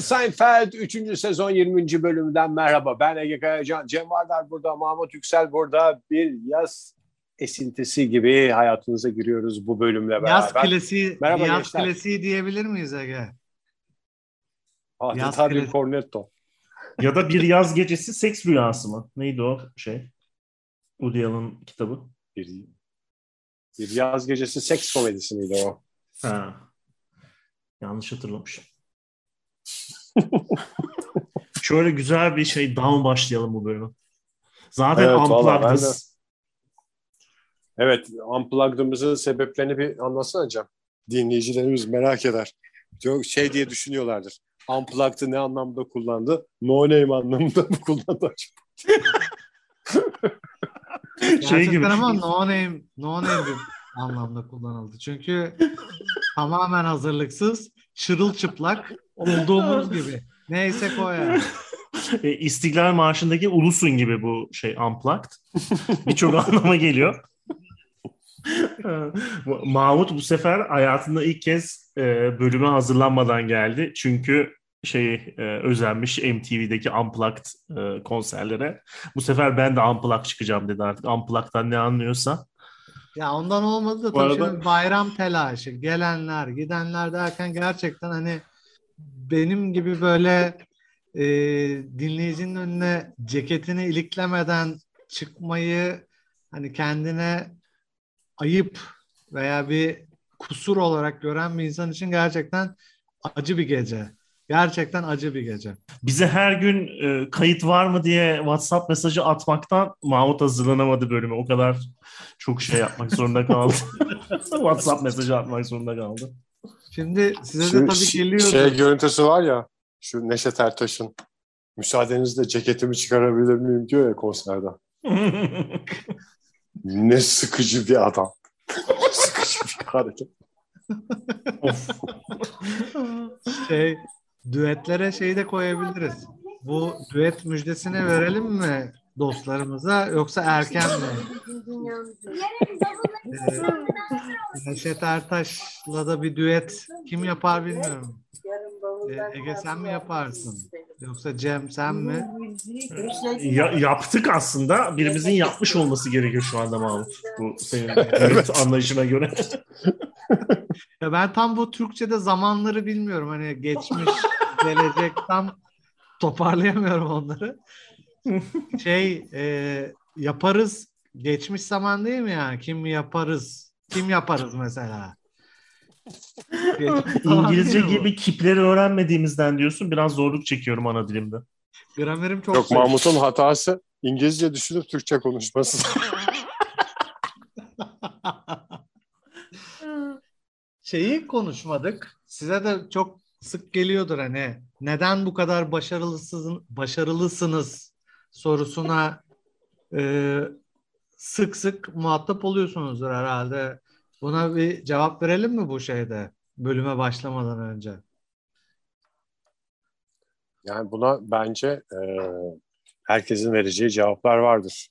Seinfeld 3. sezon 20. bölümünden merhaba. Ben Ege Kayacan, Cem Vardar burada, Mahmut Yüksel burada. Bir yaz esintisi gibi hayatınıza giriyoruz bu bölümle beraber. Yaz klasiği, merhaba yaz gençler. klasiği diyebilir miyiz Ege? Adeta bir cornetto. Ya da bir yaz gecesi seks rüyası mı? Neydi o şey? Woody Allen kitabı. Bir yaz gecesi seks komedisi miydi o? Ha. Yanlış hatırlamışım. Şöyle güzel bir şey down başlayalım bu bölümü. Zaten evet, unplugged'ız. Evet, unplugged'ımızın sebeplerini bir anlatsana Cem. Dinleyicilerimiz merak eder. Çok şey diye düşünüyorlardır. Unplugged'ı ne anlamda kullandı? No name anlamında mı kullandı acaba? Şey gibi. Ama no name bir anlamda kullanıldı. Çünkü tamamen hazırlıksız, çırılçıplak olduğumuz gibi. Neyse o yani. İstiklal Marşı'ndaki ulusun gibi bu şey unplugged. Birçok anlama geliyor. Mahmut bu sefer hayatında ilk kez bölüme hazırlanmadan geldi. Çünkü özenmiş MTV'deki Unplugged konserlere. Bu sefer ben de Unplugged çıkacağım dedi artık. Unplugged'dan ne anlıyorsa. Ya ondan olmadı da tabii şimdi bayram telaşı, gelenler, gidenler derken gerçekten hani benim gibi böyle dinleyicinin önüne ceketini iliklemeden çıkmayı hani kendine ayıp veya bir kusur olarak gören bir insan için gerçekten acı bir gece. Gerçekten acı bir gece. Bize her gün kayıt var mı diye WhatsApp mesajı atmaktan Mahmut hazırlanamadı bölüme. O kadar çok şey yapmak zorunda kaldı. WhatsApp mesajı atmak zorunda kaldı. Şimdi size de tabii geliyordu. Şey görüntüsü var ya, şu Neşet Ertaş'ın müsaadenizle ceketimi çıkarabilir miyim diyor ya konserde. Ne sıkıcı bir adam. Sıkıcı bir hareket. Düetlere şeyi de koyabiliriz. Bu düet müjdesini verelim mi dostlarımıza yoksa erken mi? Neşet Ertaş'la da bir düet kim yapar bilmiyorum. Ege sen mi yaparsın? Yoksa Cem sen mi? Yaptık aslında. Birimizin yapmış olması gerekiyor şu anda Mahmut. Bu senin evet. Anlayışına göre. Ya ben tam bu Türkçe'de zamanları bilmiyorum. Hani geçmiş, gelecek tam toparlayamıyorum onları. Yaparız. Geçmiş zaman değil mi yani? Kim yaparız? Kim yaparız mesela? İngilizce gibi kipleri öğrenmediğimizden diyorsun. Biraz zorluk çekiyorum ana dilimde. Gramerim çok Yok, Mahmut'un hatası İngilizce düşünüp Türkçe konuşması. Şeyi konuşmadık. Size de çok sık geliyordur hani neden bu kadar başarılısınız sorusuna sık sık muhatap oluyorsunuzdur herhalde. Buna bir cevap verelim mi bu bölüme başlamadan önce? Yani buna bence herkesin vereceği cevaplar vardır.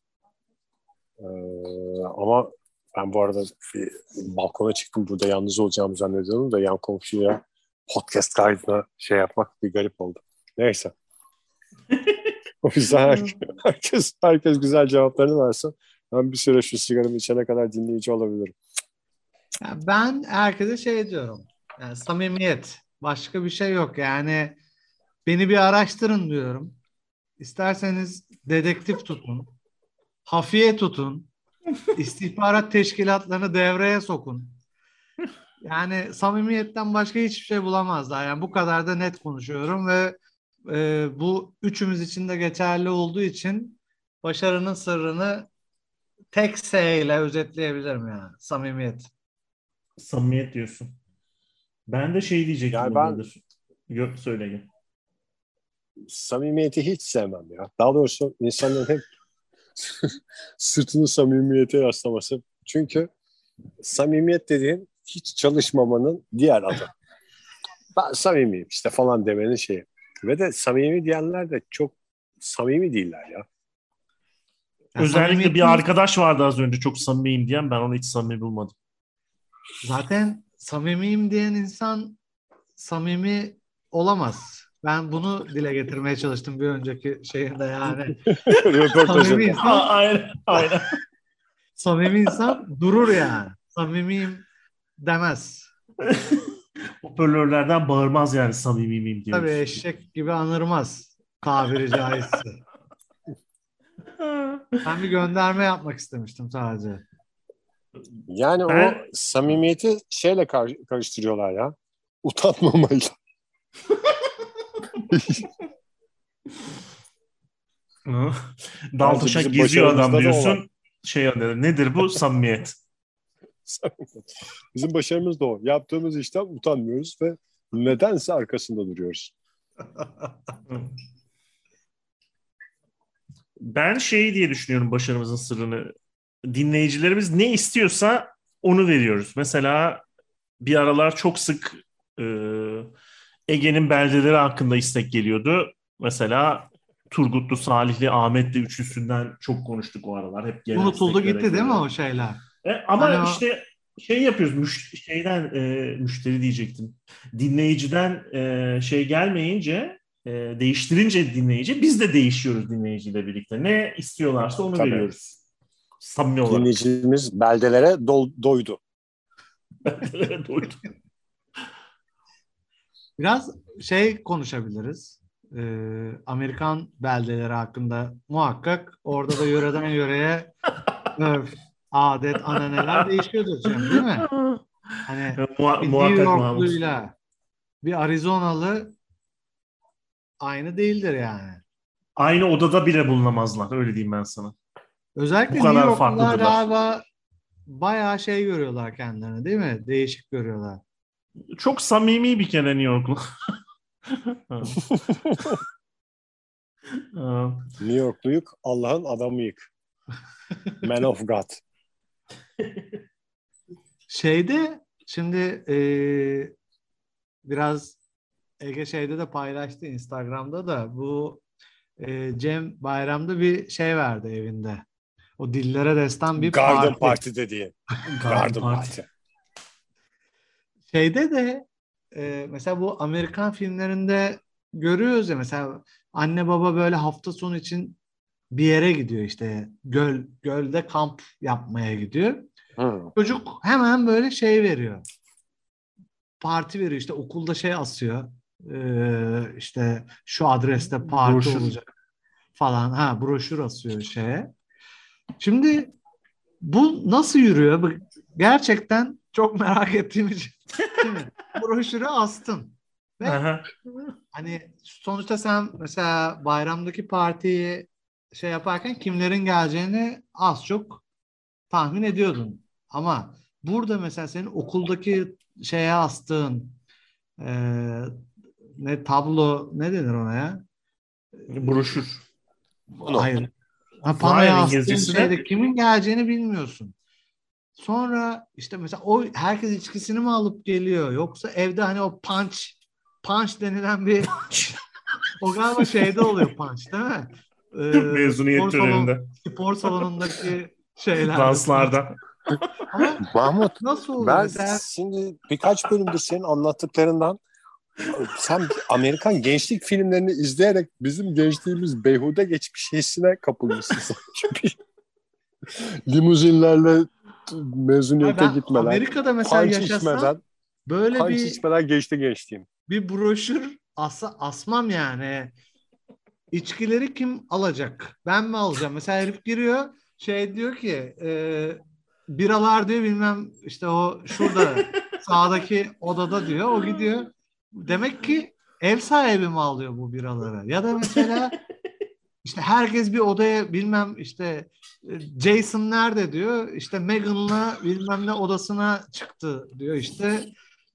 Ama ben bu arada bir balkona çıktım. Burada yalnız olacağımı zannediyorum da yan komşuya podcast kaydına yapmak bir garip oldu. Neyse. O yüzden herkes güzel cevaplarını versin. Ben bir süre şu sigaramı içene kadar dinleyici olabilirim. Yani ben herkese diyorum. Yani samimiyet. Başka bir şey yok. Yani beni bir araştırın diyorum. İsterseniz dedektif tutun. Hafiye tutun. İstihbarat teşkilatlarını devreye sokun. Yani samimiyetten başka hiçbir şey bulamazlar. Yani bu kadar da net konuşuyorum ve bu üçümüz için de geçerli olduğu için başarının sırrını tek S ile özetleyebilirim yani. Samimiyet. Samimiyet diyorsun. Ben de diyecektim. Yani söyle. Samimiyeti hiç sevmem ya. Daha doğrusu insanların hep sırtını samimiyete yaslaması. Çünkü samimiyet dediğin hiç çalışmamanın diğer adı. Ben samimiyim işte falan demenin şeyi. Ve de samimi diyenler de çok samimi değiller ya. Özellikle bir arkadaş vardı az önce çok samimiyim diyen, ben onu hiç samimi bulmadım. Zaten samimiyim diyen insan samimi olamaz. Ben bunu dile getirmeye çalıştım bir önceki şeyinde yani. Röportajında. Samimi insan, Aynen. samimi insan durur yani. Samimiyim demez. Hoparlörlerden bağırmaz yani samimi miyim diye. Tabii eşek gibi anırmaz tabiri caizse. Ben bir gönderme yapmak istemiştim sadece. Yani o samimiyeti şeyle karıştırıyorlar ya. Utanmamayla. Daltaşak bizim geziyor adam başarımızda da o diyorsun. var. Şey nedir bu? Samimiyet. Bizim başarımız da o. Yaptığımız işten utanmıyoruz ve nedense arkasında duruyoruz. Ben şey diye düşünüyorum başarımızın sırrını. Dinleyicilerimiz ne istiyorsa onu veriyoruz. Mesela bir aralar çok sık Ege'nin beldeleri hakkında istek geliyordu. Mesela Turgutlu, Salihli, Ahmetli üçlüsünden çok konuştuk o aralar. Hep gelen Unutuldu isteklere gitti değil mi göre. o şeyler? Ama Hani işte şey yapıyoruz. Müşteri diyecektim. Dinleyiciden şey gelmeyince değiştirince dinleyici biz de değişiyoruz dinleyiciyle birlikte. Ne istiyorlarsa onu Tabii. veriyoruz. Samimi olarak. Dinleyicimiz beldelere doydu. Beldelere doydu. biraz şey konuşabiliriz. Amerikan beldeleri hakkında muhakkak orada da yöreden yöreye örf, adet, ananeler değişiyordur canım, değil mi? Hani bir New Muhakkak Mahmut. Yorkluyla bir Arizonalı aynı değildir yani. Aynı odada bile bulunamazlar. Öyle diyeyim ben sana. Özellikle Bu kadar New Yorklular farklıdırlar. galiba bayağı şey görüyorlar kendilerini, değil mi? Değişik görüyorlar. Çok samimi bir kere New Yorklu. New Yorkluyuk, Allah'ın adamıyık. Man of God. Şeyde şimdi biraz Ege şeyde de paylaştı Instagram'da da bu Cem Bayram'da bir şey verdi evinde. O dillere destan bir Garden parti. Party dediği. Garden Party. Şeyde de mesela bu Amerikan filmlerinde görüyoruz ya, mesela anne baba böyle hafta sonu için bir yere gidiyor, işte gölde kamp yapmaya gidiyor. Çocuk hemen böyle şey veriyor. Parti veriyor, işte okulda şey asıyor. İşte şu adreste parti Broşür. olacak falan. Broşür asıyor şeye. Şimdi bu nasıl yürüyor? Gerçekten çok merak ettiğim için. Broşürü astın. Ve hani sonuçta sen mesela bayramdaki partiyi şey yaparken kimlerin geleceğini az çok tahmin ediyordun. Ama burada mesela senin okuldaki şeye astığın ne tablo, ne denir ona ya? Broşür. Hayır. Panoya astığın İngilizcesi şeyde de kimin geleceğini bilmiyorsun. Sonra işte mesela o herkes içkisini mi alıp geliyor, yoksa evde hani o punch denilen bir o galiba şeyde oluyor punch, değil mi? mezuniyet töreninde. Spor salonundaki şeyler. Danslarda. Ama Mahmut, nasıl oluyor ben mesela? şimdi birkaç bölümdür senin anlattıklarından sen Amerikan gençlik filmlerini izleyerek bizim gençliğimiz beyhude geçmiş hissine kapılmışsın sanki. Limuzinlerle mezuniyete gitmeler. Amerika'da mesela yaşasam böyle punch içmeden geçti gençliğim. Bir broşür asmam yani. İçkileri kim alacak? Ben mi alacağım? Mesela herif giriyor, şey diyor ki biralar diyor, bilmem işte o şurada sağdaki odada diyor. O gidiyor. Demek ki ev sahibi mi alıyor bu biraları? Ya da mesela işte herkes bir odaya, bilmem işte Jason nerede diyor. İşte Meghan'la bilmem ne odasına çıktı diyor işte.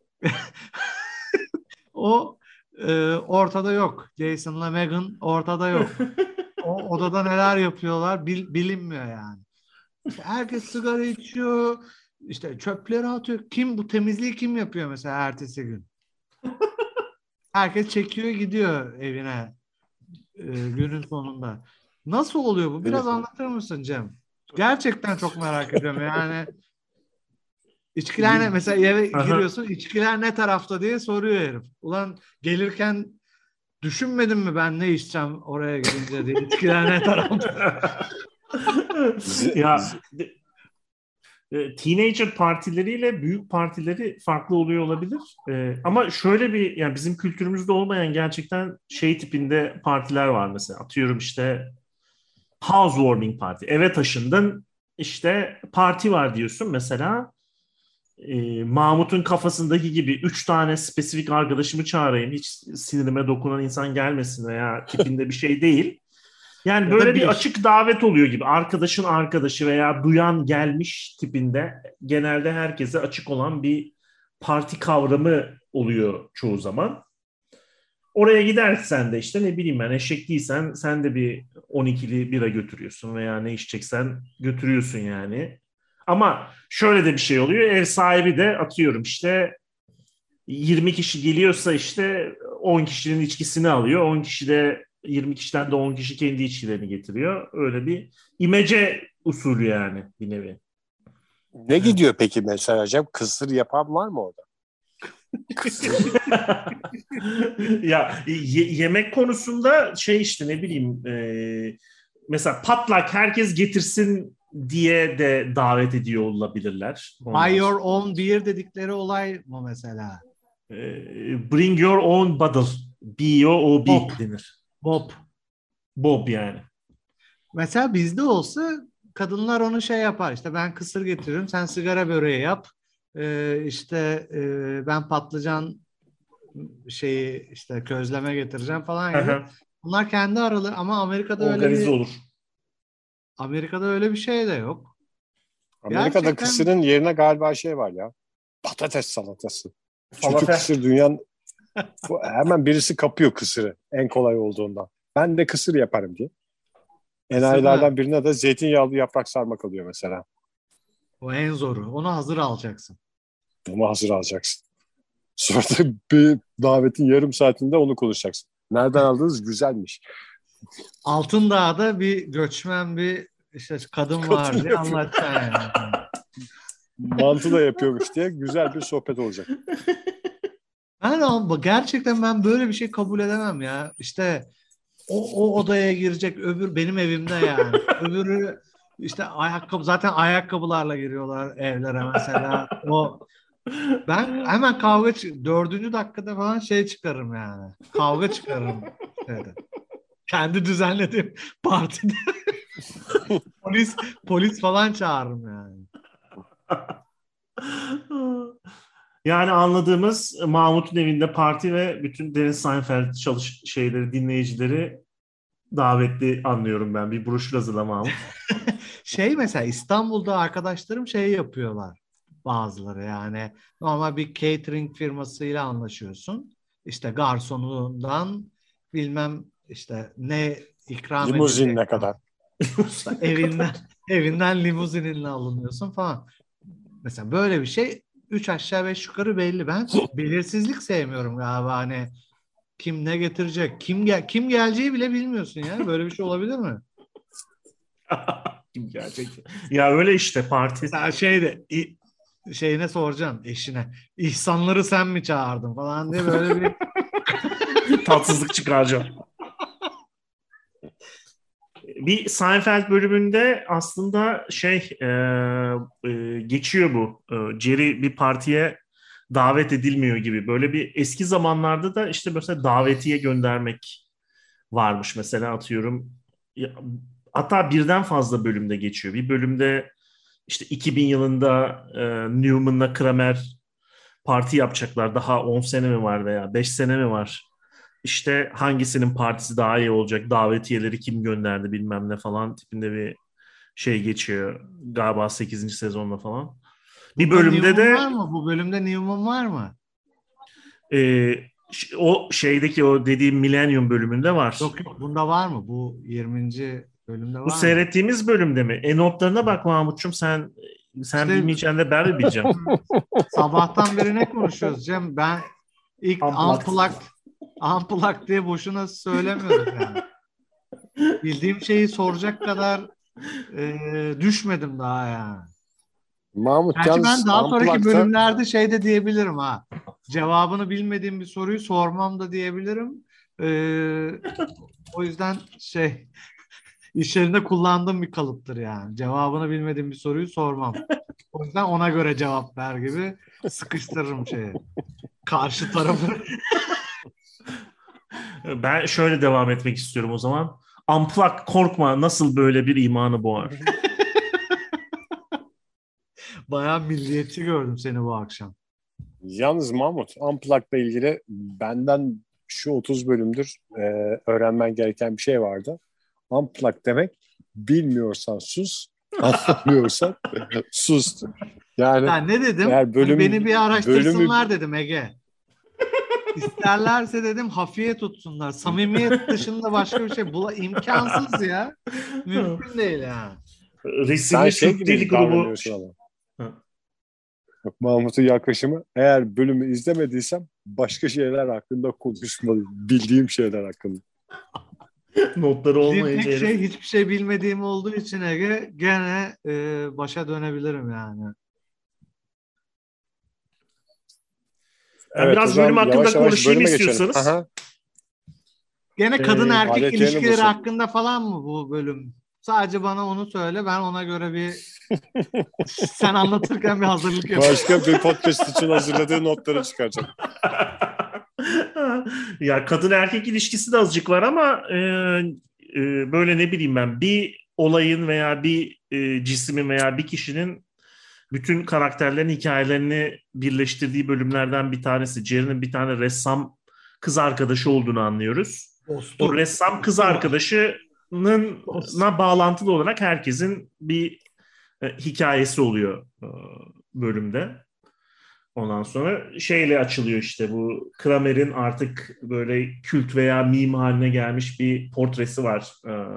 O ortada yok. Jason'la Meghan ortada yok. O odada neler yapıyorlar bilinmiyor yani. İşte herkes sigara içiyor. İşte çöpleri atıyor. Bu temizliği kim yapıyor mesela ertesi gün? Herkes çekiyor gidiyor evine günün sonunda. Nasıl oluyor bu? Biraz anlatır mısın Cem? Gerçekten çok merak ediyorum yani. İçkiler ne? Mesela eve giriyorsun, içkiler ne tarafta diye soruyor herif. Ulan gelirken düşünmedin mi ben ne içeceğim oraya gidince diye. İçkiler ne tarafta? Ya teenager partileriyle büyük partileri farklı oluyor olabilir. Ama şöyle bir, yani bizim kültürümüzde olmayan gerçekten şey tipinde partiler var mesela. Atıyorum işte housewarming party. Eve taşındın, işte parti var diyorsun mesela. Mahmut'un kafasındaki gibi 3 tane spesifik arkadaşımı çağırayım, hiç sinirime dokunan insan gelmesin veya tipinde bir şey değil. Yani Ya böyle da bir açık davet oluyor gibi. Arkadaşın arkadaşı veya duyan gelmiş tipinde, genelde herkese açık olan bir parti kavramı oluyor çoğu zaman. Oraya gidersen de işte ne bileyim ben, eşek değilsen sen de bir 12'li bira götürüyorsun veya ne içeceksen götürüyorsun yani. Ama şöyle de bir şey oluyor. Ev sahibi de atıyorum işte 20 kişi geliyorsa işte 10 kişinin içkisini alıyor. 10 kişi de 20 kişiden de 10 kişi kendi içkilerini getiriyor. Öyle bir imece usulü yani bir nevi. Ne gidiyor peki mesela Cem? Kısır yapan var mı orada? Ya yemek konusunda şey işte ne bileyim mesela patlak herkes getirsin diye de davet ediyor olabilirler. Buy your own beer dedikleri olay mı mesela? Bring your own bottle. B-O-O-B Bob. denir. Bob. Bob yani. Mesela bizde olsa kadınlar onu şey yapar. İşte ben kısır getiririm, sen sigara böreği yap. İşte ben patlıcan şeyi işte közleme getireceğim falan gibi. Bunlar kendi araları ama Organize olur. Amerika'da öyle bir şey de yok. Amerika'da Gerçekten kısırın yerine galiba şey var ya. Patates salatası. Çünkü Falafel. kısır dünyanın hemen birisi kapıyor kısırı en kolay olduğundan. Ben de kısır yaparım diye. Enayilerden birine de zeytinyağlı yaprak sarma kalıyor mesela. o en zoru. Onu hazır alacaksın. Bunu hazır alacaksın. Sonra da bir davetin yarım saatinde onu konuşacaksın. Nereden aldınız? Güzelmiş. Altındağ'da bir göçmen bir işte kadın var diye anlatacaksın yani. Mantı da yapıyormuş diye güzel bir sohbet olacak. Gerçekten ben böyle bir şey kabul edemem ya. İşte o odaya girecek, öbür benim evimde yani. Öbürü işte zaten ayakkabılarla giriyorlar evlere mesela. Ben hemen dördüncü dakikada falan şey çıkarım yani. Kavga çıkarırım şeyde. Kendi düzenlediğim partide polis falan çağırırım yani. Yani anladığımız Mahmut'un evinde parti ve bütün Deniz Seinfeld dinleyicileri davetli anlıyorum ben. Bir broşür hazırla Mahmut. Mesela İstanbul'da arkadaşlarım şey yapıyorlar bazıları yani. Normal bir catering firmasıyla anlaşıyorsun. İşte garsonundan bilmem işte ne ikram Limuzin edilecek. ne kadar? İşte evinden limuzininle alınıyorsun falan. Mesela böyle bir şey 3 aşağı 5 yukarı belli. Ben belirsizlik sevmiyorum galiba hani kim ne getirecek, kim geleceği bile bilmiyorsun ya. Böyle bir şey olabilir mi? Kim gelecek? Ya öyle işte parti. Mesela şeyine soracaksın eşine. İhsanları sen mi çağırdın falan diye böyle bir tatsızlık çıkaracağım. Bir Seinfeld bölümünde aslında geçiyor bu. Jerry bir partiye davet edilmiyor gibi. Böyle bir eski zamanlarda da işte mesela davetiye göndermek varmış mesela atıyorum. Hatta birden fazla bölümde geçiyor. Bir bölümde işte 2000 yılında Newman'la Kramer parti yapacaklar. Daha 10 sene mi var veya 5 sene mi var? İşte hangisinin partisi daha iyi olacak, davetiyeleri kim gönderdi bilmem ne falan tipinde bir şey geçiyor. Galiba 8. sezonda falan. Bir bölümde Newman de var mı? Bu bölümde Newman var mı? O şeydeki o dediğim Millennium bölümünde var. Yok bunda var mı? Bu 20. bölümde var Bu mı? seyrettiğimiz bölümde mi? Notlarına bak Mahmut'cum, sen İşte, bilmeyeceksin de ben mi bileceğim? Sabahtan beri ne konuşuyoruz Cem? Ben ilk Unplugged diye boşuna söylemiyorum yani. Bildiğim şeyi soracak kadar düşmedim daha yani. Mahmut Gerçi ben daha sonraki bölümlerde şey de diyebilirim ha. Cevabını bilmediğim bir soruyu sormam da diyebilirim. O yüzden iş yerinde kullandığım bir kalıptır yani. Cevabını bilmediğim bir soruyu sormam. O yüzden ona göre cevap ver gibi sıkıştırırım karşı tarafı. Ben şöyle devam etmek istiyorum o zaman. Amplak korkma nasıl böyle bir imanı boğar? Bayağı milliyetçi gördüm seni bu akşam. Yalnız Mahmut, Unplugged'la ilgili benden şu 30 bölümdür öğrenmen gereken bir şey vardı. Unplugged demek bilmiyorsan sus, anlamıyorsan sus. Yani Ben ne dedim? eğer Beni bir araştırsınlar dedim Ege. İsterlerse dedim hafiye tutsunlar. Samimiyet dışında başka bir şey. İmkansız ya. Mümkün değil yani. Resimli Türk Dil Grubu. Mahmut'un yaklaşımı, eğer bölümü izlemediysem başka şeyler hakkında konuşmalıyım. Bildiğim şeyler hakkında. Notları olmayınca. Hiçbir şey bilmediğim olduğu için Ege gene başa dönebilirim yani. Evet, biraz bölüm hakkında konuşayım istiyorsanız. Gene kadın erkek ilişkileri hakkında falan mı bu bölüm? Sadece bana onu söyle, ben ona göre bir sen anlatırken bir hazırlık yapayım. Başka bir podcast için hazırladığı notları çıkaracağım. Ya kadın erkek ilişkisi de azıcık var ama böyle ne bileyim ben, bir olayın veya bir cismin veya bir kişinin bütün karakterlerin hikayelerini birleştirdiği bölümlerden bir tanesi. Jerry'nin bir tane ressam kız arkadaşı olduğunu anlıyoruz. O ressam kız arkadaşına bağlantılı olarak herkesin bir hikayesi oluyor bölümde. Ondan sonra şeyle açılıyor işte, bu Kramer'in artık böyle kült veya meme haline gelmiş bir portresi var.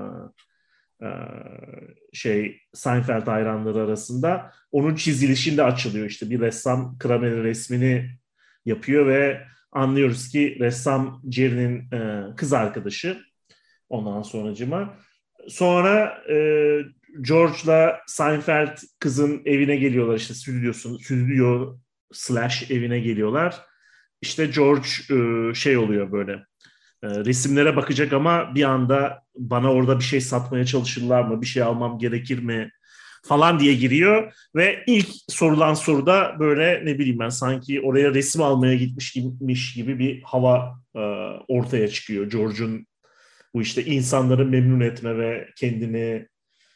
Seinfeld hayranları arasında. Onun çizilişinde açılıyor işte. Bir ressam Kramer'in resmini yapıyor ve anlıyoruz ki ressam Jerry'nin kız arkadaşı. Ondan sonracıma. Sonra George'la Seinfeld kızın evine geliyorlar, işte stüdyo / evine geliyorlar. İşte George oluyor böyle. Resimlere bakacak ama bir anda bana orada bir şey satmaya çalışırlar mı? Bir şey almam gerekir mi? Falan diye giriyor ve ilk sorulan soruda böyle ne bileyim ben, sanki oraya resim almaya gitmiş gibi bir hava ortaya çıkıyor. George'un bu işte insanları memnun etme ve kendini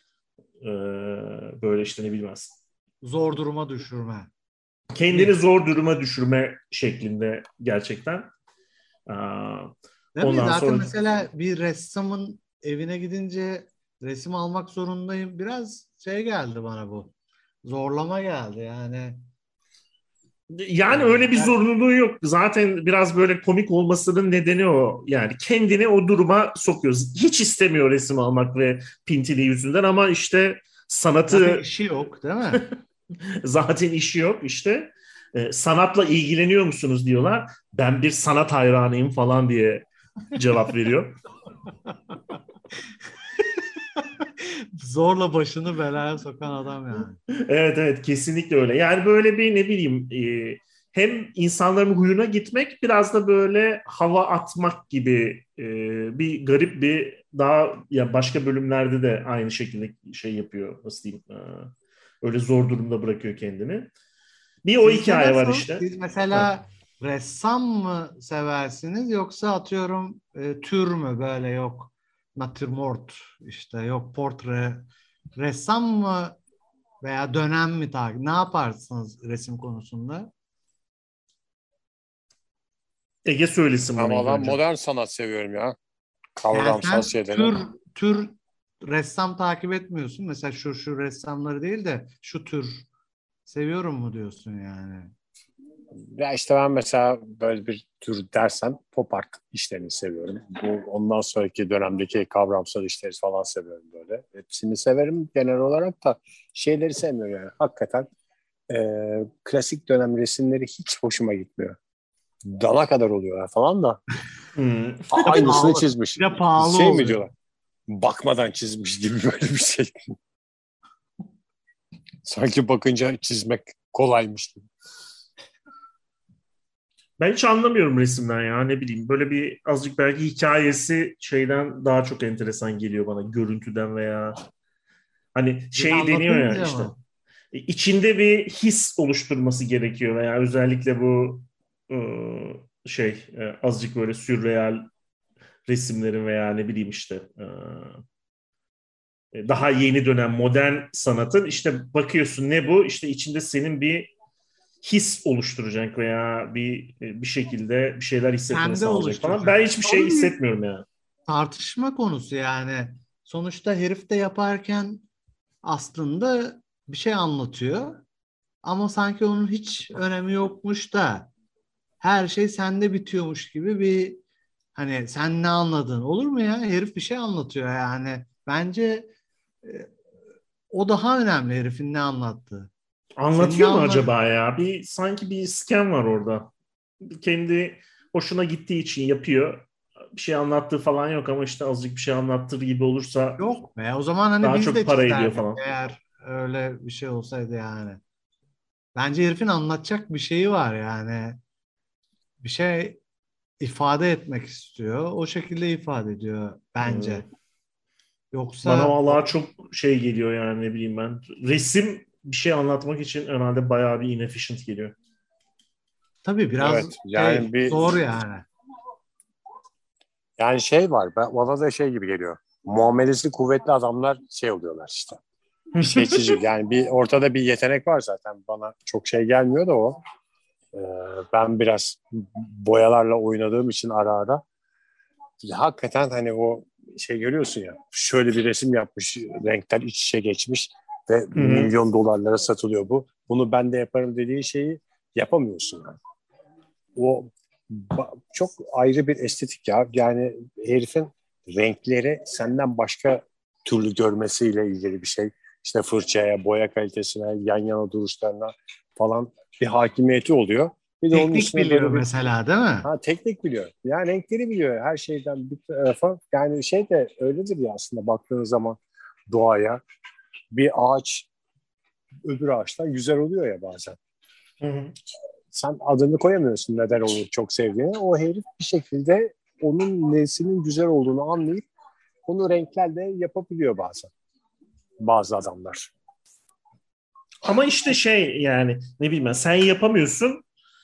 böyle işte ne bilmez. Zor duruma düşürme. Kendini zor duruma düşürme şeklinde gerçekten. Değil mi? Zaten mesela bir ressamın evine gidince resim almak zorundayım. Biraz geldi bana bu. Zorlama geldi yani. Yani öyle bir zorunluluğu yok. Zaten biraz böyle komik olmasının nedeni o. Yani kendini o duruma sokuyoruz. Hiç istemiyor resim almak ve pintili yüzünden ama işte sanatı... Zaten işi yok değil mi? Zaten işi yok işte. Sanatla ilgileniyor musunuz diyorlar. Ben bir sanat hayranıyım falan diye cevap veriyor. Zorla başını belaya sokan adam yani. Evet kesinlikle öyle. Yani böyle bir ne bileyim hem insanların huyuna gitmek, biraz da böyle hava atmak gibi bir garip bir, daha ya başka bölümlerde de aynı şekilde şey yapıyor, nasıl diyeyim, öyle zor durumda bırakıyor kendini. Bir o hikaye var işte. Siz mesela ressam mı seversiniz yoksa atıyorum tür mü, böyle yok natürmort işte, yok portre, ressam mı veya dönem mi takip? Ne yaparsınız resim konusunda? Ege söylesin bana. Ama ben modern sanat seviyorum ya. Kavramsal şeyleri. Tür ressam takip etmiyorsun. Mesela şu ressamları değil de şu tür seviyorum mu diyorsun yani? Ya işte ben mesela böyle bir tür dersen pop art işlerini seviyorum. Bu ondan sonraki dönemdeki kavramsal işleri falan seviyorum böyle. Hepsini severim genel olarak da şeyleri sevmiyorum yani. Hakikaten klasik dönem resimleri hiç hoşuma gitmiyor. Dana kadar oluyorlar falan da. Aynısını çizmiş. Ya pahalı şey oluyor. mi diyorlar? Bakmadan çizmiş gibi böyle bir şey. Sanki bakınca çizmek kolaymış gibi. Ben hiç anlamıyorum resimden ya, ne bileyim. Böyle bir azıcık belki hikayesi şeyden daha çok enteresan geliyor bana, görüntüden veya hani Bir şey deniyor ya anlatınca işte. mı? İçinde bir his oluşturması gerekiyor veya özellikle bu azıcık böyle sürreal resimlerin veya ne bileyim işte daha yeni dönem modern sanatın işte bakıyorsun ne bu? İşte içinde senin bir his oluşturacak veya bir şekilde bir şeyler hissetmeni Kendi sağlayacak falan. oluşturacak. Ben hiçbir O şey da bir hissetmiyorum yani. tartışma konusu yani. Sonuçta herif de yaparken aslında bir şey anlatıyor. Ama sanki onun hiç önemi yokmuş da her şey sende bitiyormuş gibi bir hani sen ne anladın olur mu ya? Herif bir şey anlatıyor yani. Bence e, o daha önemli herifin ne anlattığı. Senin ne Anlatıyor mu acaba ya? Sanki bir iskem var orada. Kendi hoşuna gittiği için yapıyor. Bir şey anlattığı falan yok ama işte azıcık bir şey anlattır gibi olursa yok be. O zaman hani daha biz çok de para ediyor çizerdik falan. eğer öyle bir şey olsaydı yani. Bence herifin anlatacak bir şeyi var yani. Bir şey ifade etmek istiyor. O şekilde ifade ediyor Hmm. bence. Bana Yoksa vallahi çok şey geliyor yani, ne bileyim ben. Resim bir şey anlatmak için herhalde bayağı bir inefficient geliyor. tabii biraz Evet yani zor yani. şey var. Bana da şey gibi geliyor. Muamelesi kuvvetli adamlar şey oluyorlar işte. Seçici. Yani bir ortada bir yetenek var zaten. Bana çok şey gelmiyor da o. Ee, Ben biraz boyalarla oynadığım için ara ara. Hakikaten hani o şey görüyorsun ya. Şöyle bir resim yapmış. Renkler iç içe geçmiş ve Hı hı. milyon dolarlara satılıyor bu. Bunu ben de yaparım dediği şeyi yapamıyorsun yani. O çok ayrı bir estetik ya. Yani herifin renkleri senden başka türlü görmesiyle ilgili bir şey. İşte fırçaya, boya kalitesine, yan yana duruşlarına falan bir hakimiyeti oluyor. Bir de onun Teknik üstüne biliyor böyle bir mesela değil mi? teknik biliyor. Yani renkleri biliyor her şeyden bir tarafa. Yani şey de öyledir ya aslında baktığınız zaman doğaya bir ağaç öbür ağaçtan güzel oluyor ya bazen. Hı hı. Sen adını koyamıyorsun neden onu çok sevdiğini. O herif bir şekilde onun nesinin güzel olduğunu anlayıp onu renklerle yapabiliyor bazen. Bazı adamlar. Ama işte şey yani ne bileyim ben, sen yapamıyorsun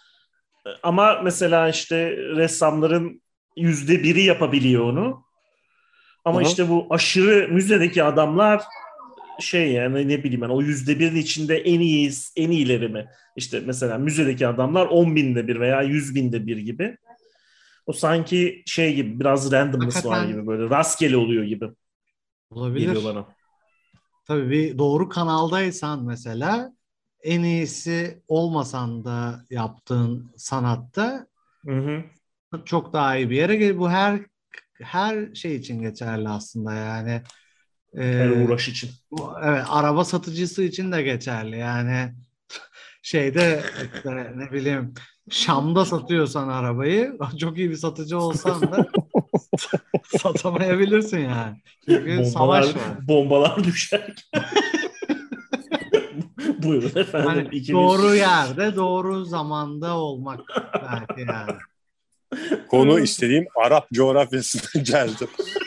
ama mesela işte ressamların %1'i yapabiliyor onu. Hı Ama hı. işte bu aşırı müzedeki adamlar şey yani ne bileyim ben, o %1'in içinde en iyileri mi? İşte mesela müzedeki adamlar 10 binde bir veya 100 binde bir gibi. O sanki şey gibi, biraz randomness var Hakikaten gibi, böyle rastgele oluyor gibi geliyor olabilir. bana. Tabii bir doğru kanaldaysan mesela en iyisi olmasan da yaptığın sanatta Hı hı. çok daha iyi bir yere gelir. Bu her şey için geçerli aslında yani. Her Ee, uğraş için. evet, araba satıcısı için de geçerli. Yani şeyde işte ne bileyim Şam'da satıyorsan arabayı çok iyi bir satıcı olsan da satamayabilirsin yani. Çünkü Bombalar savaş var. bombalar düşer. Buyurun efendim, Hani ikimiz. doğru yerde doğru zamanda olmak belki yani. Konu istediğim Arap coğrafyasına geldi.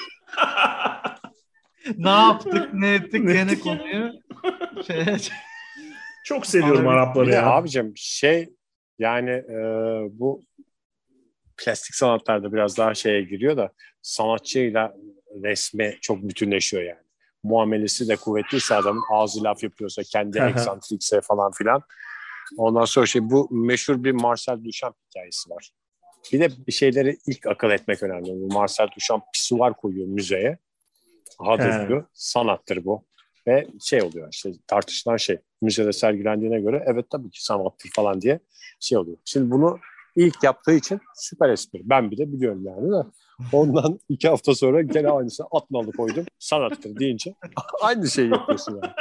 Ne yaptık ne ettik Ne gene ettik ya? konuyu şeye Çok seviyorum bana bir Arapları Bir de ya. abicim şey yani bu plastik sanatlarda biraz daha şeye giriyor da sanatçıyla resme çok bütünleşiyor yani. Muamelesi de kuvvetliyse adamın ağzı laf yapıyorsa kendi eksantrikse falan filan. Ondan sonra şey bu meşhur bir Marcel Duchamp hikayesi var. Bir de bir şeyleri ilk akıl etmek önemli. Bu Marcel Duchamp pisuvar koyuyor müzeye. Hadır He. diyor. Sanattır bu. Ve şey oluyor işte tartışılan şey müzede sergilendiğine göre evet tabii ki sanattır falan diye şey oluyor. Şimdi bunu ilk yaptığı için süper espri. Ben bile biliyorum yani de. Ondan 2 hafta sonra gene aynısını atnalı koydum. Sanattır deyince aynı şeyi yapıyorsun yani.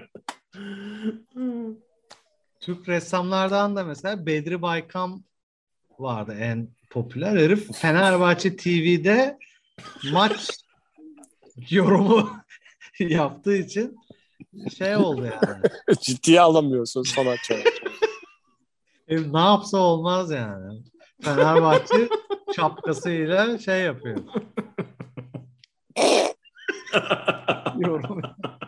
Türk ressamlardan da mesela Bedri Baykam vardı en popüler herif. Fenerbahçe TV'de maç yorumu yaptığı için şey oldu yani. Ciddiye alamıyorsun sanatçı. Ne yapsa olmaz yani. Fenerbahçe şapkasıyla şey yapıyor. Yorum.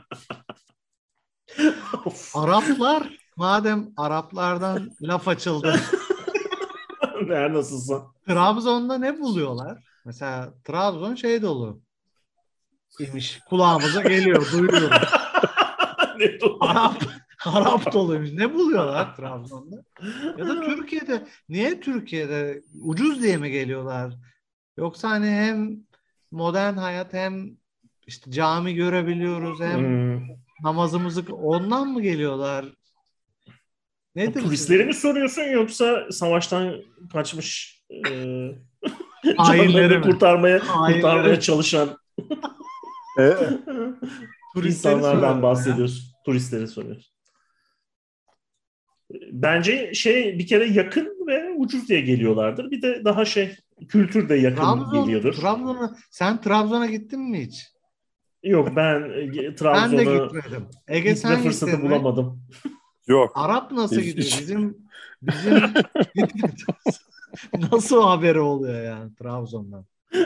Araplar, madem Araplardan laf açıldı. Her nasılsa. Trabzon'da ne buluyorlar? Mesela Trabzon şey dolu imiş. Kulağımıza geliyor, duyuyorum. Ne dolu? Arap doluymuş. Ne buluyorlar Trabzon'da? Ya da Türkiye'de. Niye Türkiye'de? Ucuz diye mi geliyorlar? Yoksa hani hem modern hayat hem işte cami görebiliyoruz hem namazımızı ondan mı geliyorlar? Nedir Turistleri mi soruyorsun yoksa savaştan kaçmış Hainleri canlarını mi? kurtarmaya çalışan insanlardan bahsediyorsun. Turistleri soruyorsun. Bence bir kere yakın ve ucuz diye geliyorlardır. Bir de daha kültür de yakın geliyordur. Sen Trabzon'a gittin mi hiç? Yok, ben Trabzon'a Ben de gitmedim. Ege, gitme sen fırsatı gittin mi? bulamadım. Yok. Arap nasıl gidiyor? Bizim nasıl o haberi oluyor yani Trabzon'dan?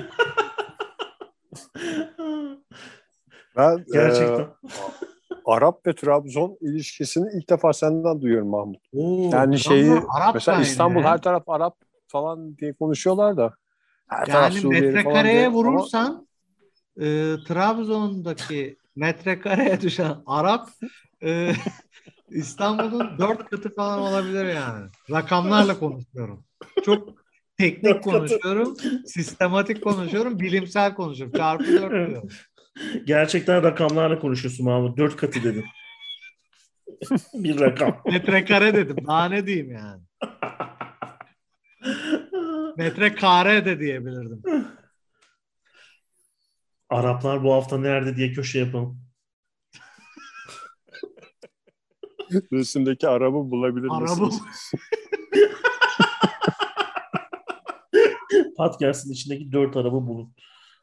Ben Gerçekten. Arap ve Trabzon ilişkisini ilk defa senden duyuyorum Mahmut. Yani Arap mesela İstanbul her taraf Arap falan diye konuşuyorlar da her taraf Suriyeli falan diye. Metrekareye vurursan Trabzon'daki metrekareye düşen Arap İstanbul'un 4 katı falan olabilir yani. Rakamlarla konuşuyorum. Çok teknik konuşuyorum, sistematik konuşuyorum, bilimsel konuşuyorum. Çarpı 4 diyorum. Gerçekten rakamlarla konuşuyorsun Mahmut. 4 katı dedim. Bir rakam. Metrekare dedim. Daha ne diyeyim yani. Metrekare de diyebilirdim. Araplar bu hafta nerede diye köşe yapalım. Resimdeki Arap'ı bulabilir misiniz? Podcast'ın içindeki 4 Arap'ı bulun.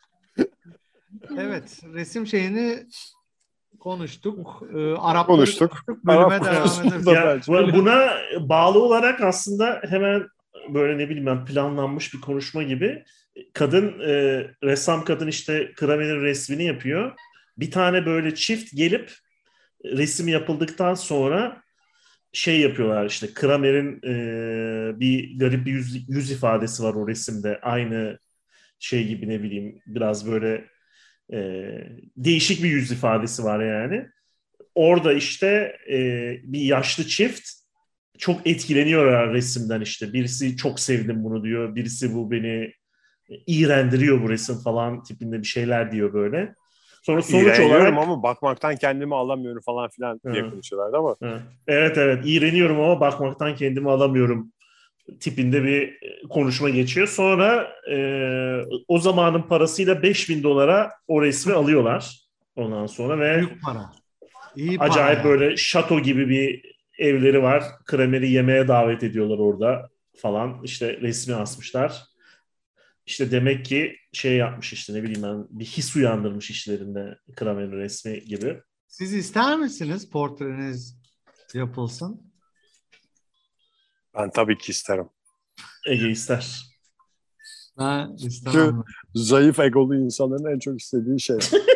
Evet. Resim şeyini konuştuk. Arapları konuştuk. Bölüme devam ederiz. Buna bağlı olarak aslında hemen böyle planlanmış bir konuşma gibi ressam kadın işte Kramer'in resmini yapıyor. Bir tane böyle çift gelip resim yapıldıktan sonra yapıyorlar işte Kramer'in bir garip bir yüz ifadesi var o resimde. Aynı gibi biraz böyle değişik bir yüz ifadesi var yani. Orada işte bir yaşlı çift çok etkileniyorlar resimden işte. Birisi çok sevdim bunu diyor. Birisi bu beni iğrendiriyor bu resim falan tipinde bir şeyler diyor böyle. Sonra sonuç olarak ama bakmaktan kendimi alamıyorum falan filan diye konuşuyorlardı ama. Evet iğreniyorum ama bakmaktan kendimi alamıyorum tipinde bir konuşma geçiyor. Sonra o zamanın parasıyla $5.000 o resmi alıyorlar ondan sonra ve büyük para. İyi acayip para böyle şato gibi bir evleri var. Kramer'i yemeğe davet ediyorlar orada falan. İşte resmi asmışlar. İşte demek ki yapmış işte bir his uyandırmış işlerinde Kramer'in resmi gibi. Siz ister misiniz portreniz yapılsın? Ben tabii ki isterim. Ege ister. Ben istemem. Zayıf egolu insanların en çok istediği şey.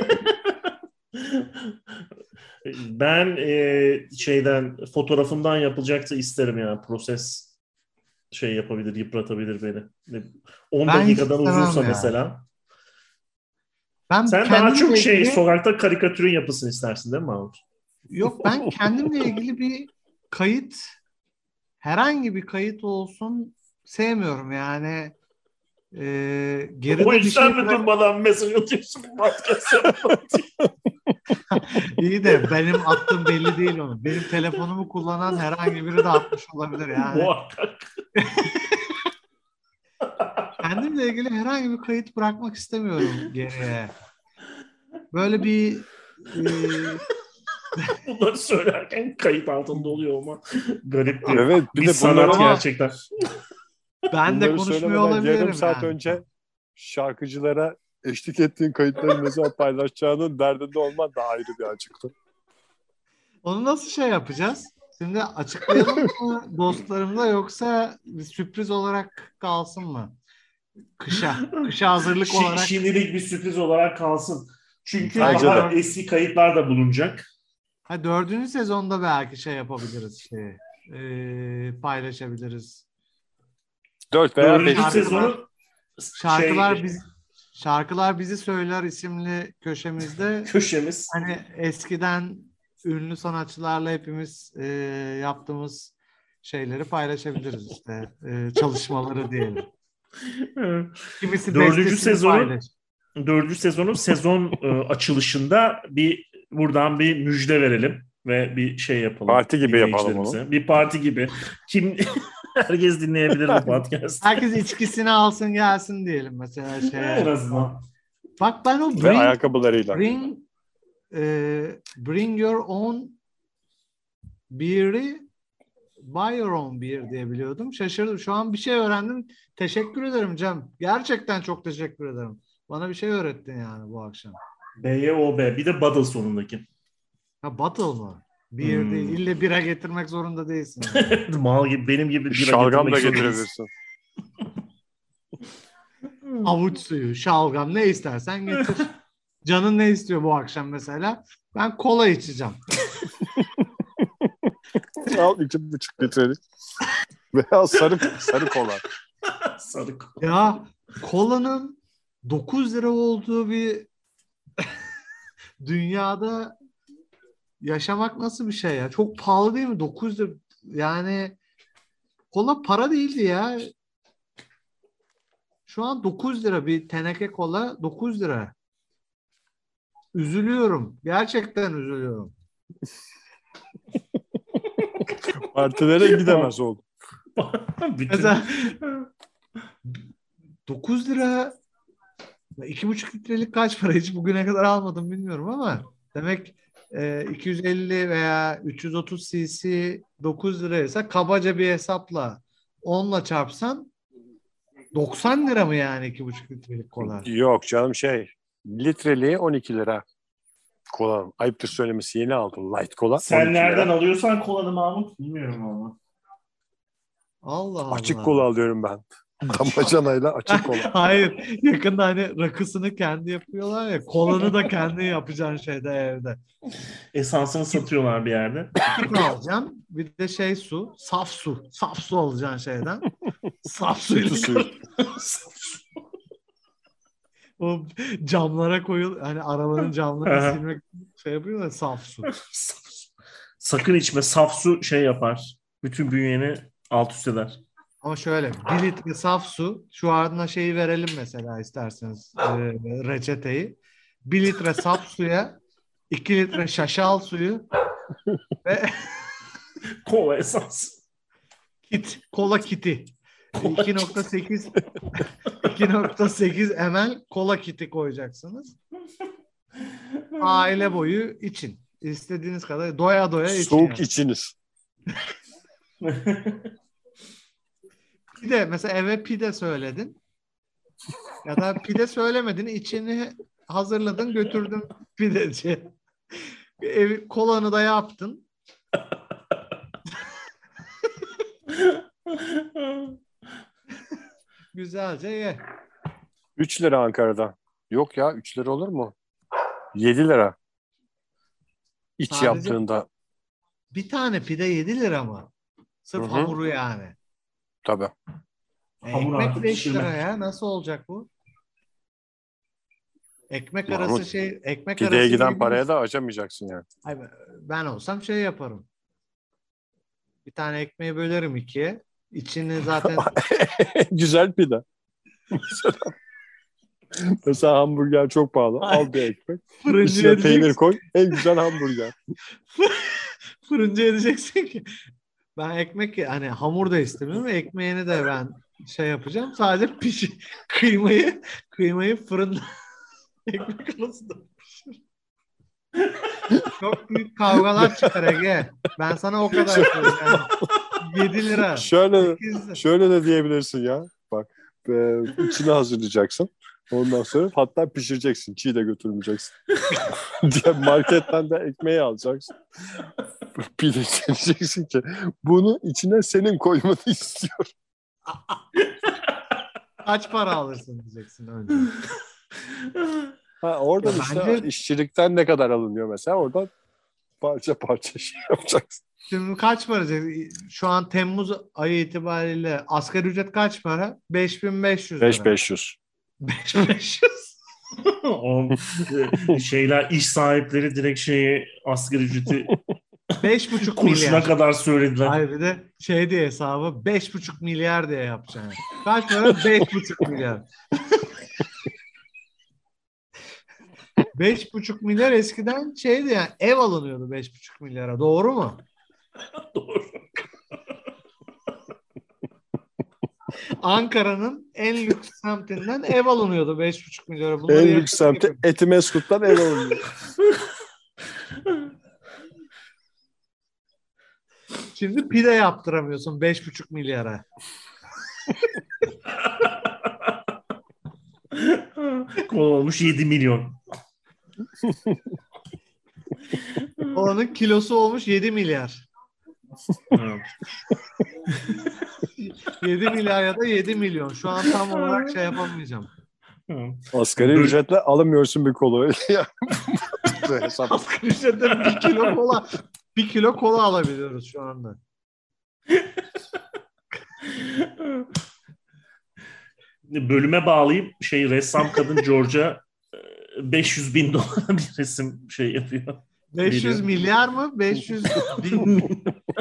Ben fotoğrafımdan yapılacaksa isterim yani. Proses yapabilir, yıpratabilir beni. 10 dakikadan uzunsa yani. Mesela. Sen daha çok sokakta karikatürün yapısını istersin değil mi Mahmut? Yok, ben kendimle ilgili bir kayıt, herhangi bir kayıt olsun sevmiyorum yani. O yüzden mi durmadan mesaj atıyorsun podcast'a? İyi de benim attığım belli değil onu. Benim telefonumu kullanan herhangi biri de atmış olabilir yani. Muhakkak. Kendimle ilgili herhangi bir kayıt bırakmak istemiyorum geriye. Böyle bir bunları söylerken kayıt altında oluyor ama garip bir, evet, bir sanat gerçekten. Ben de konuşmuyor olabilirim. Yarım saat önce şarkıcılara eşlik ettiğin kayıtları ne zaman paylaşacağının derdinde olman da ayrı bir açıklık. Onu nasıl yapacağız? Şimdi açıklayalım mı dostlarımıza yoksa bir sürpriz olarak kalsın mı? Kışa hazırlık olarak. Şimdilik bir sürpriz olarak kalsın. Çünkü Bence daha de. eski kayıtlar da bulunacak. 4. sezonda belki şey yapabiliriz. Paylaşabiliriz. 4 veya 5. 4. sezonu Şarkılar Bizi Söyler isimli köşemiz. Hani eskiden ünlü sanatçılarla hepimiz yaptığımız şeyleri paylaşabiliriz işte. Çalışmaları diyelim. Kimisi 4. sezonun sezon açılışında buradan bir müjde verelim ve bir şey yapalım. Parti gibi yapalım onu. Bir parti gibi. Herkes dinleyebilir bu podcast. Herkes içkisini alsın gelsin diyelim mesela En azından. Bak ben o ve ayakkabılarıyla. Bring your own beer'i buy your own beer diye biliyordum. Şaşırdım. Şu an bir şey öğrendim. Teşekkür ederim Cem. Gerçekten çok teşekkür ederim. Bana bir şey öğrettin yani bu akşam. B-Y-O-B. Bir de bottle sonundaki. Ha bottle mı? Beer değil. İlle bira getirmek zorunda değilsin. Mal gibi benim gibi bira şalgam da getirebilirsin. Avuç suyu, şalgam ne istersen getir. Canın ne istiyor bu akşam mesela? Ben kola içeceğim. Al 2,5 litrelik. Veya sarı kola. Sarı kola. Ya kolanın 9 lira olduğu bir dünyada yaşamak nasıl bir şey ya? Çok pahalı değil mi? 9 lira. Yani kola para değildi ya. Şu an 9 lira bir teneke kola 9 lira. Üzülüyorum. Gerçekten üzülüyorum. Partilere gidemez oldu. Mesela 9 lira 2,5 litrelik kaç para? Hiç bugüne kadar almadım bilmiyorum ama demek 250 veya 330 cc 9 liraysa kabaca bir hesapla 10'la çarpsan 90 lira mı yani 2,5 litrelik kola? Yok canım litreliği 12 lira. Kola. Ayıptır söylemesi yeni aldım. Light kola. Sen nereden alıyorsan kolanı Mahmut? Bilmiyorum ama. Allah Allah. Açık kola alıyorum ben. Damacanayla açık kola. Hayır. Yakında hani rakısını kendi yapıyorlar ya. Kolanı da kendi yapacaksın şeyde evde. Esansını satıyorlar bir yerde. Kit alacaksın. Bir de su. Saf su. Saf su alacaksın şeyden. Saf suyu. O camlara koyul. Hani arabanın camlarını silmek yapıyorlar. Saf su. Sakın içme. Saf su yapar. Bütün bünyeni alt üst eder. Ama şöyle 1 litre saf su. Şu ardına verelim mesela isterseniz reçeteyi. 1 litre saf suya 2 litre şaşal suyu ve kola esans. Kola kiti. 2,8 ml kola kiti koyacaksınız. Aile boyu için. İstediğiniz kadar doya doya için. Soğuk içiniz. Pide mesela eve pide söyledin. Ya da pide söylemedin, içini hazırladın, götürdün pideci. Kolanı da yaptın. Güzelce ye. 3 lira Ankara'da. Yok ya 3 lira olur mu? 7 lira. İç sadece yaptığında. Bir tane pide 7 lira mı? Sırf hamuru yani. Tabii. Ekmek 5 lira ya. Nasıl olacak bu? Ekmek arası ekmek pideye arası giden paraya da acamayacaksın yani. Hayır, ben olsam yaparım. Bir tane ekmeği bölerim 2'ye. İçini zaten güzel pide. Mesela hamburger çok pahalı. Al bir ekmek. Üstüne peynir koy. En güzel hamburger. Fırıncıya diyeceksin ki ben ekmek hani hamur da istemiyorum. Ekmeğini de ben yapacağım. Sadece kıymayı fırında ekmek arasında pişir. Çok büyük kavgalar çıkar Ege. Ben sana o kadar söyleyeyim. Yani 7 lira. Şöyle de diyebilirsin ya. Bak içini hazırlayacaksın. Ondan sonra hatta pişireceksin. Çiğ de götürmeyeceksin. Diye marketten de ekmeği alacaksın. Pide diyeceksin ki bunu içine senin koymanı istiyorum. Kaç para alırsın diyeceksin önce. Oradan Ya işte bence- işçilikten ne kadar alınıyor mesela, oradan parça parça şey yapacaksın. Şimdi kaç para? Şu an Temmuz ayı itibariyle asgari ücret kaç para? 5.500 lira. 5500. 5.500. O şeyler, iş sahipleri direkt asgari ücreti 5,5 kuruşuna milyar. kadar söylediler. Hayır, bir de şey diye hesabı 5,5 milyar diye yapacaksın. Kaç para? 5,5 milyar. 5,5 milyar eskiden şeydi yani, ev alınıyordu 5,5 milyara. Doğru mu? Doğru. Ankara'nın en lüks semtinden ev alınıyordu 5,5 milyara. Bunları En lüks yaşadık semti hepimiz. Etimeskut'tan ev alınıyor. Şimdi pide yaptıramıyorsun 5,5 milyara. Kol olmuş 7 milyon. Onun kilosu olmuş 7 milyar. 7 milyar ya da 7 milyon. Şu an tam olarak şey yapamayacağım. Asgari ücretle alamıyorsun bir kolu. Hesap. Asgari ücretten 1 kilo kola alabiliyoruz şu anda. Bölüme bağlayıp ressam kadın George'a 500 bin dolara bir resim yapıyor. 500 Veriyor. milyar mı? 500 bin.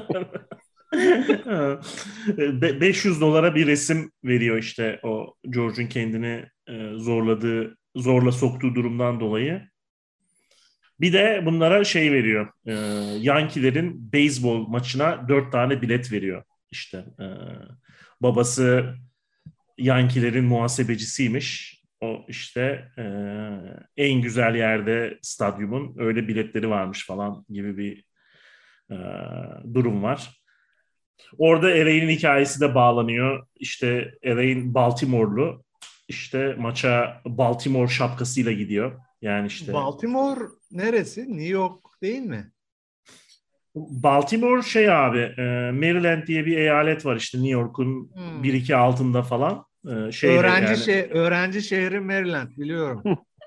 500 dolara bir resim veriyor işte o George'un kendini zorla soktuğu durumdan dolayı. Bir de bunlara veriyor. Yankee'lerin beyzbol maçına 4 tane bilet veriyor. İşte babası Yankee'lerin muhasebecisiymiş. O işte en güzel yerde stadyumun öyle biletleri varmış falan gibi bir durum var. Orada Elaine hikayesi de bağlanıyor. İşte Elaine Baltimore'lu. İşte maça Baltimore şapkasıyla gidiyor. Yani işte Baltimore neresi? New York değil mi? Baltimore abi Maryland diye bir eyalet var işte New York'un 1-2 altında falan. Öğrenci şehri Maryland biliyorum.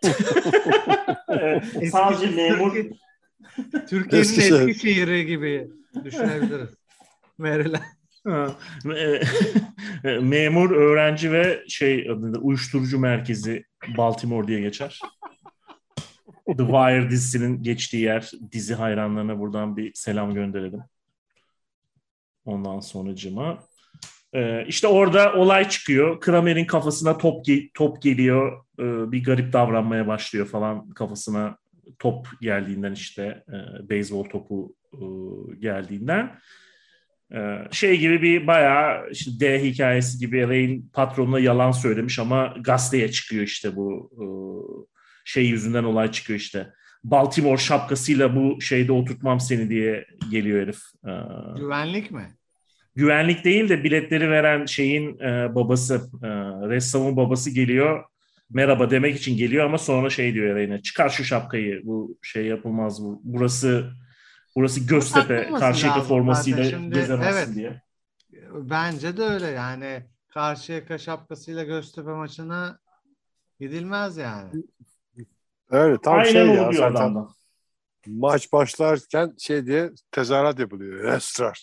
Sadece memur Türkiye'nin eski şehri gibi düşünebiliriz. Maryland. Memur, öğrenci ve adında uyuşturucu merkezi Baltimore diye geçer. The Wire dizisinin geçtiği yer. Dizi hayranlarına buradan bir selam gönderelim. Ondan sonracıma işte orada olay çıkıyor. Kramer'in kafasına top geliyor. Bir garip davranmaya başlıyor falan. Kafasına top geldiğinden işte beyzbol topu geldiğinden. Gibi bir bayağı işte D hikayesi gibi Elaine patronuna yalan söylemiş ama gazeteye çıkıyor işte bu yüzünden olay çıkıyor işte. Baltimore şapkasıyla bu oturtmam seni diye geliyor herif. Güvenlik mi? Güvenlik değil de biletleri veren babası, ressamın babası geliyor. Merhaba demek için geliyor ama sonra diyor Elaine'e, çıkar şu şapkayı, bu yapılmaz bu. Burası Göztepe, Karşıyaka formasıyla gezemezsin diye. Bence de öyle yani. Karşıyaka şapkasıyla Göztepe maçına gidilmez yani. Evet tam aynen ya zaten adamdan. Maç başlarken diye tezahürat yapılıyor. Esrar.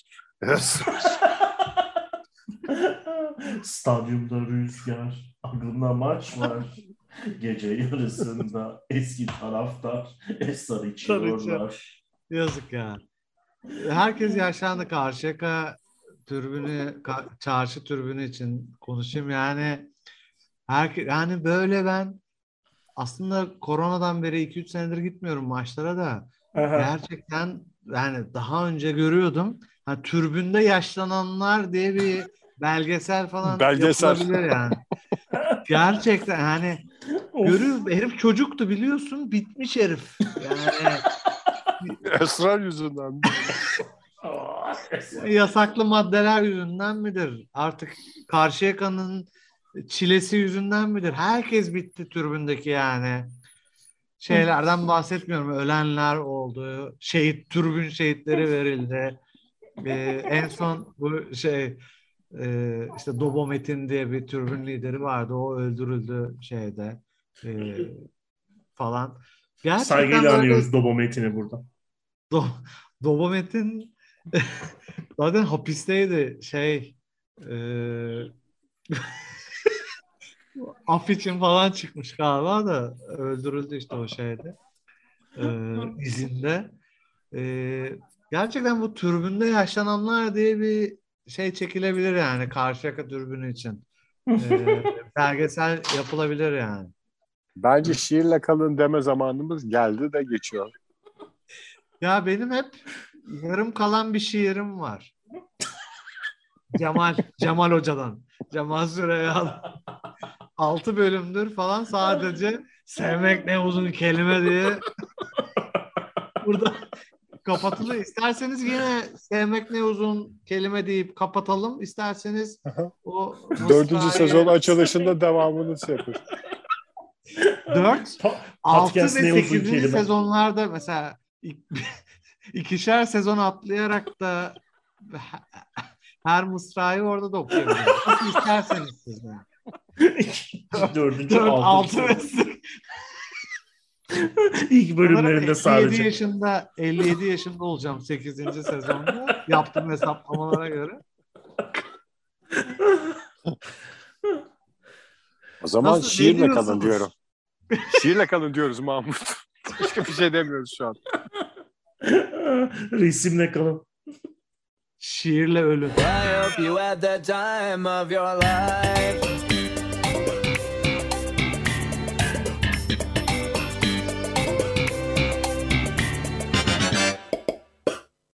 Stadyumda rüzgar, aklımda maç var. Gece yarısında eski taraftar esrar içiyorlar. Yazık ya. Herkes yaşlandı. Karşıyaka tribünü, çarşı tribünü için konuşayım yani. Yani böyle ben aslında koronadan beri 2-3 senedir gitmiyorum maçlara da. Aha. Gerçekten yani daha önce görüyordum. Tribünde yaşlananlar diye bir belgesel falan yapılabilir yani. Gerçekten yani görüyoruz, herif çocuktu biliyorsun, bitmiş herif. Yani Esrar yüzünden. yasaklı maddeler yüzünden midir? Artık Karşıyaka'nın çilesi yüzünden midir? Herkes bitti tribündeki yani. Şeylerden bahsetmiyorum. Ölenler oldu. Tribün şehitleri verildi. En son bu işte Dobo Metin diye bir tribün lideri vardı. O öldürüldü falan. Gerçekten Saygıyla böyle anıyoruz Dobo Metin'i burada. Dobo Metin zaten hapisteydi. Af için falan çıkmış galiba da öldürüldü işte o izinde. Gerçekten bu türbünde yaşananlar diye bir çekilebilir yani Karşıyaka türbünü için. Belgesel yapılabilir yani. Bence şiirle kalın deme zamanımız geldi de geçiyor. Ya benim hep yarım kalan bir şiirim var. Cemal Hoca'dan. Cemal Süreyya'dan. 6 bölümdür falan sadece sevmek ne uzun kelime diye burada kapatılır. İsterseniz yine sevmek ne uzun kelime deyip kapatalım. İsterseniz o 4. sezon açılışında devamını yapın. 4, 6 ve Podcast ne uzun 8. kelime. sezonlarda mesela ikişer sezon atlayarak da her mısrayı orada da okuyabiliriz. Nasıl isterseniz siz yani. 4. 6 ve İlk bölümlerinde sadece. 57 yaşında olacağım 8. sezonda. Yaptığım hesaplamalara göre. O zaman Nasıl, şiirle kalın diyorum. Şiirle kalın diyoruz Mahmut. Başka bir şey demiyoruz şu an. Resimle kalın. Şiirle ölün. I hope you had the time of your life.